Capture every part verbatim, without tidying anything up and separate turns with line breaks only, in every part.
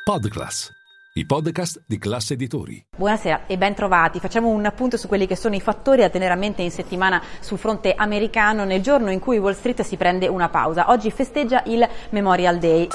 Podclass, i podcast di Class Editori.
Buonasera e ben trovati. Facciamo un appunto su quelli che sono i fattori da tenere a mente in settimana sul fronte americano, nel giorno in cui Wall Street si prende una pausa. Oggi festeggia il Memorial Day.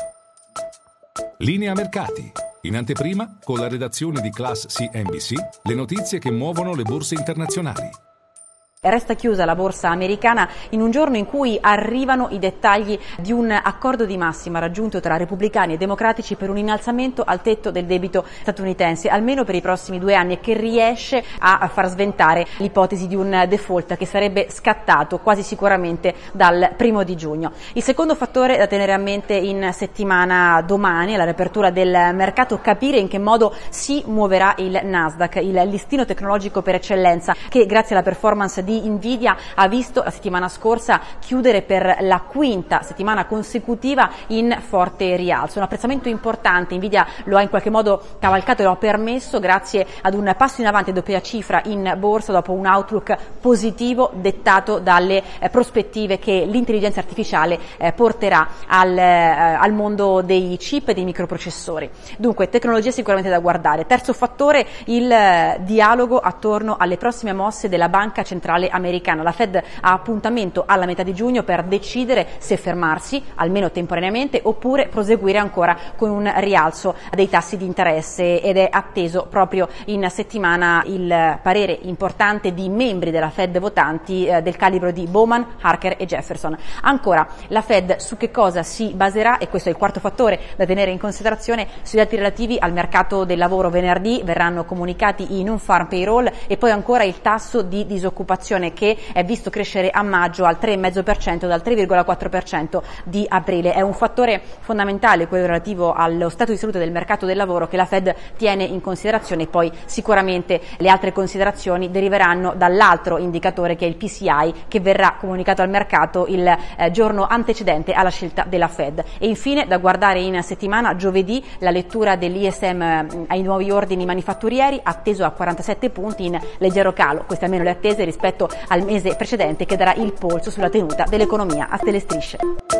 Linea mercati. In anteprima, con la redazione di Class C N B C, le notizie che muovono le borse internazionali.
Resta chiusa la borsa americana in un giorno in cui arrivano i dettagli di un accordo di massima raggiunto tra repubblicani e democratici per un innalzamento al tetto del debito statunitense, almeno per i prossimi due anni, e che riesce a far sventare l'ipotesi di un default che sarebbe scattato quasi sicuramente dal primo di giugno. Il secondo fattore da tenere a mente in settimana domani, alla riapertura del mercato, capire in che modo si muoverà il Nasdaq, il listino tecnologico per eccellenza, che grazie alla performance di Nvidia ha visto la settimana scorsa chiudere per la quinta settimana consecutiva in forte rialzo. Un apprezzamento importante, Nvidia lo ha in qualche modo cavalcato e lo ha permesso grazie ad un passo in avanti a doppia cifra in borsa dopo un outlook positivo dettato dalle eh, prospettive che l'intelligenza artificiale eh, porterà al, eh, al mondo dei chip e dei microprocessori. Dunque, tecnologia sicuramente da guardare. Terzo fattore, il eh, dialogo attorno alle prossime mosse della Banca Centrale americana. La Fed ha appuntamento alla metà di giugno per decidere se fermarsi, almeno temporaneamente, oppure proseguire ancora con un rialzo dei tassi di interesse, ed è atteso proprio in settimana il parere importante di membri della Fed votanti eh, del calibro di Bowman, Harker e Jefferson. Ancora, la Fed su che cosa si baserà? E questo è il quarto fattore da tenere in considerazione. Sui dati relativi al mercato del lavoro venerdì verranno comunicati i non-farm payroll e poi ancora il tasso di disoccupazione, che è visto crescere a maggio al tre virgola cinque per cento dal tre virgola quattro per cento di aprile. È un fattore fondamentale quello relativo allo stato di salute del mercato del lavoro che la Fed tiene in considerazione. Poi sicuramente le altre considerazioni deriveranno dall'altro indicatore, che è il P C I, che verrà comunicato al mercato il eh, giorno antecedente alla scelta della Fed. E infine da guardare in settimana, giovedì, la lettura dell'I S M eh, ai nuovi ordini manifatturieri, atteso a quarantasette punti, in leggero calo, queste almeno le attese rispetto al mese precedente, che darà il polso sulla tenuta dell'economia a stelle e strisce.